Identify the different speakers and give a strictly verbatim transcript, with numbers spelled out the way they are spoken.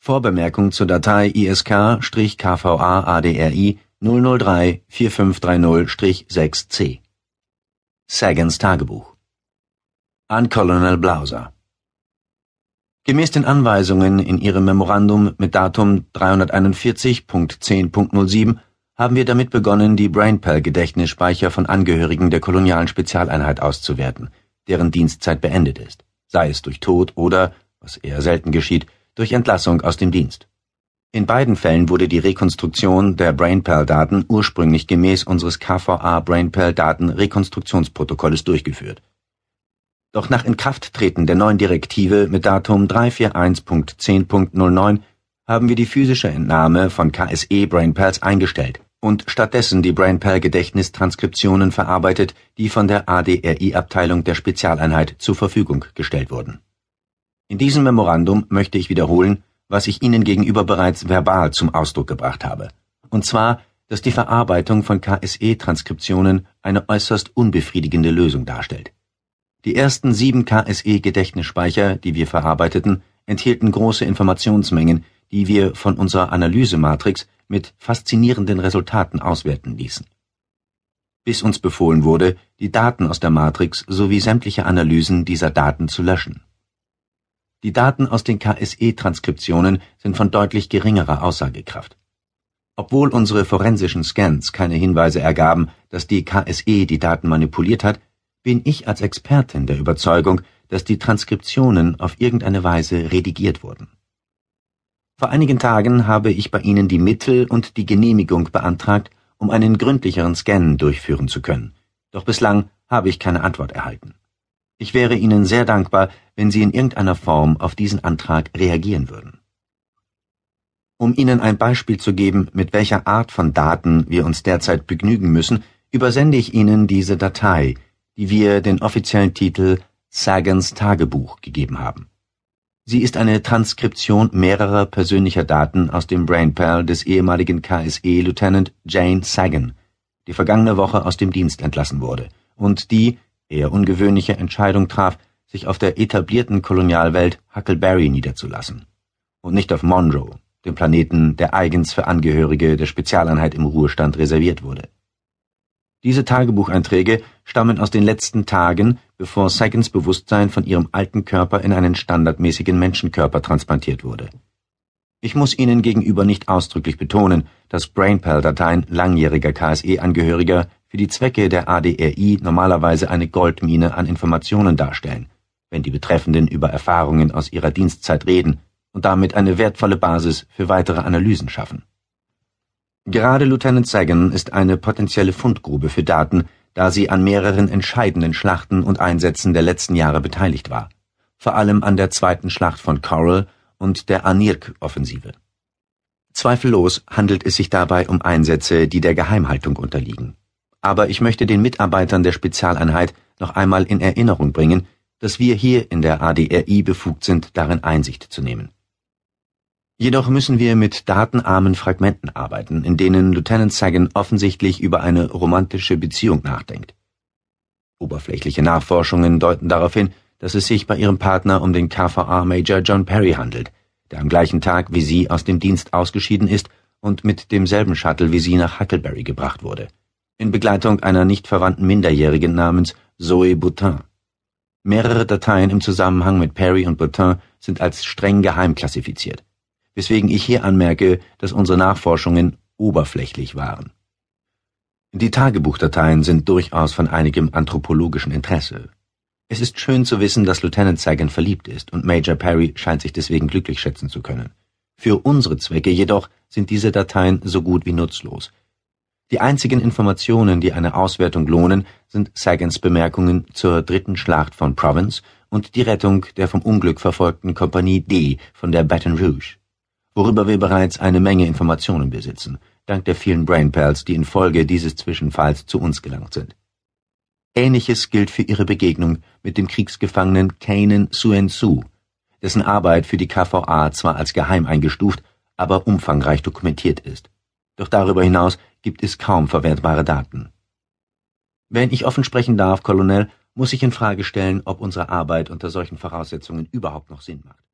Speaker 1: Vorbemerkung zur Datei I S K-K V A A D R I null null drei vier fünf drei null sechs C. Sagans Tagebuch. An Colonel Blauser. Gemäß den Anweisungen in Ihrem Memorandum mit Datum dreihunderteinundvierzig Punkt zehn Punkt null sieben haben wir damit begonnen, die Brainpal-Gedächtnisspeicher von Angehörigen der kolonialen Spezialeinheit auszuwerten, deren Dienstzeit beendet ist, sei es durch Tod oder, was eher selten geschieht, durch Entlassung aus dem Dienst. In beiden Fällen wurde die Rekonstruktion der Brainpal-Daten ursprünglich gemäß unseres K V A-Brainpal-Daten-Rekonstruktionsprotokolles durchgeführt. Doch nach Inkrafttreten der neuen Direktive mit Datum dreihunderteinundvierzig Punkt zehn Punkt null neun haben wir die physische Entnahme von K S E-Brainpals eingestellt und stattdessen die Brainpal-Gedächtnistranskriptionen verarbeitet, die von der A D R I-Abteilung der Spezialeinheit zur Verfügung gestellt wurden. In diesem Memorandum möchte ich wiederholen, was ich Ihnen gegenüber bereits verbal zum Ausdruck gebracht habe, und zwar, dass die Verarbeitung von K S E-Transkriptionen eine äußerst unbefriedigende Lösung darstellt. Die ersten sieben K S E-Gedächtnisspeicher, die wir verarbeiteten, enthielten große Informationsmengen, die wir von unserer Analysematrix mit faszinierenden Resultaten auswerten ließen. Bis uns befohlen wurde, die Daten aus der Matrix sowie sämtliche Analysen dieser Daten zu löschen. Die Daten aus den K S E-Transkriptionen sind von deutlich geringerer Aussagekraft. Obwohl unsere forensischen Scans keine Hinweise ergaben, dass die K S E die Daten manipuliert hat, bin ich als Expertin der Überzeugung, dass die Transkriptionen auf irgendeine Weise redigiert wurden. Vor einigen Tagen habe ich bei Ihnen die Mittel und die Genehmigung beantragt, um einen gründlicheren Scan durchführen zu können, doch bislang habe ich keine Antwort erhalten. Ich wäre Ihnen sehr dankbar, wenn Sie in irgendeiner Form auf diesen Antrag reagieren würden. Um Ihnen ein Beispiel zu geben, mit welcher Art von Daten wir uns derzeit begnügen müssen, übersende ich Ihnen diese Datei, die wir den offiziellen Titel Sagans Tagebuch gegeben haben. Sie ist eine Transkription mehrerer persönlicher Daten aus dem Brainpal des ehemaligen K S E-Lieutenant Jane Sagan, die vergangene Woche aus dem Dienst entlassen wurde und die, eher ungewöhnliche Entscheidung traf, sich auf der etablierten Kolonialwelt Huckleberry niederzulassen und nicht auf Monroe, dem Planeten, der eigens für Angehörige der Spezialeinheit im Ruhestand reserviert wurde. Diese Tagebucheinträge stammen aus den letzten Tagen, bevor Sagans Bewusstsein von ihrem alten Körper in einen standardmäßigen Menschenkörper transplantiert wurde. Ich muss Ihnen gegenüber nicht ausdrücklich betonen, dass Brainpal-Dateien langjähriger K S E-Angehöriger für die Zwecke der A D R I normalerweise eine Goldmine an Informationen darstellen, wenn die Betreffenden über Erfahrungen aus ihrer Dienstzeit reden und damit eine wertvolle Basis für weitere Analysen schaffen. Gerade Lieutenant Sagan ist eine potenzielle Fundgrube für Daten, da sie an mehreren entscheidenden Schlachten und Einsätzen der letzten Jahre beteiligt war, vor allem an der zweiten Schlacht von Coral und der Anirk-Offensive. Zweifellos handelt es sich dabei um Einsätze, die der Geheimhaltung unterliegen. Aber ich möchte den Mitarbeitern der Spezialeinheit noch einmal in Erinnerung bringen, dass wir hier in der A D R I befugt sind, darin Einsicht zu nehmen. Jedoch müssen wir mit datenarmen Fragmenten arbeiten, in denen Lieutenant Sagan offensichtlich über eine romantische Beziehung nachdenkt. Oberflächliche Nachforschungen deuten darauf hin, dass es sich bei ihrem Partner um den K V A-Major John Perry handelt, der am gleichen Tag wie sie aus dem Dienst ausgeschieden ist und mit demselben Shuttle wie sie nach Huckleberry gebracht wurde, in Begleitung einer nicht verwandten Minderjährigen namens Zoe Boutin. Mehrere Dateien im Zusammenhang mit Perry und Boutin sind als streng geheim klassifiziert, weswegen ich hier anmerke, dass unsere Nachforschungen oberflächlich waren. Die Tagebuchdateien sind durchaus von einigem anthropologischen Interesse. Es ist schön zu wissen, dass Lieutenant Sagan verliebt ist und Major Perry scheint sich deswegen glücklich schätzen zu können. Für unsere Zwecke jedoch sind diese Dateien so gut wie nutzlos. Die einzigen Informationen, die eine Auswertung lohnen, sind Sagans Bemerkungen zur dritten Schlacht von Provence und die Rettung der vom Unglück verfolgten Kompanie D von der Baton Rouge, worüber wir bereits eine Menge Informationen besitzen, dank der vielen Brainpals, die infolge dieses Zwischenfalls zu uns gelangt sind. Ähnliches gilt für ihre Begegnung mit dem Kriegsgefangenen Kanan Suen-Su, dessen Arbeit für die K V A zwar als geheim eingestuft, aber umfangreich dokumentiert ist. Doch darüber hinaus gibt es kaum verwertbare Daten. Wenn ich offen sprechen darf, Colonel, muss ich in Frage stellen, ob unsere Arbeit unter solchen Voraussetzungen überhaupt noch Sinn macht.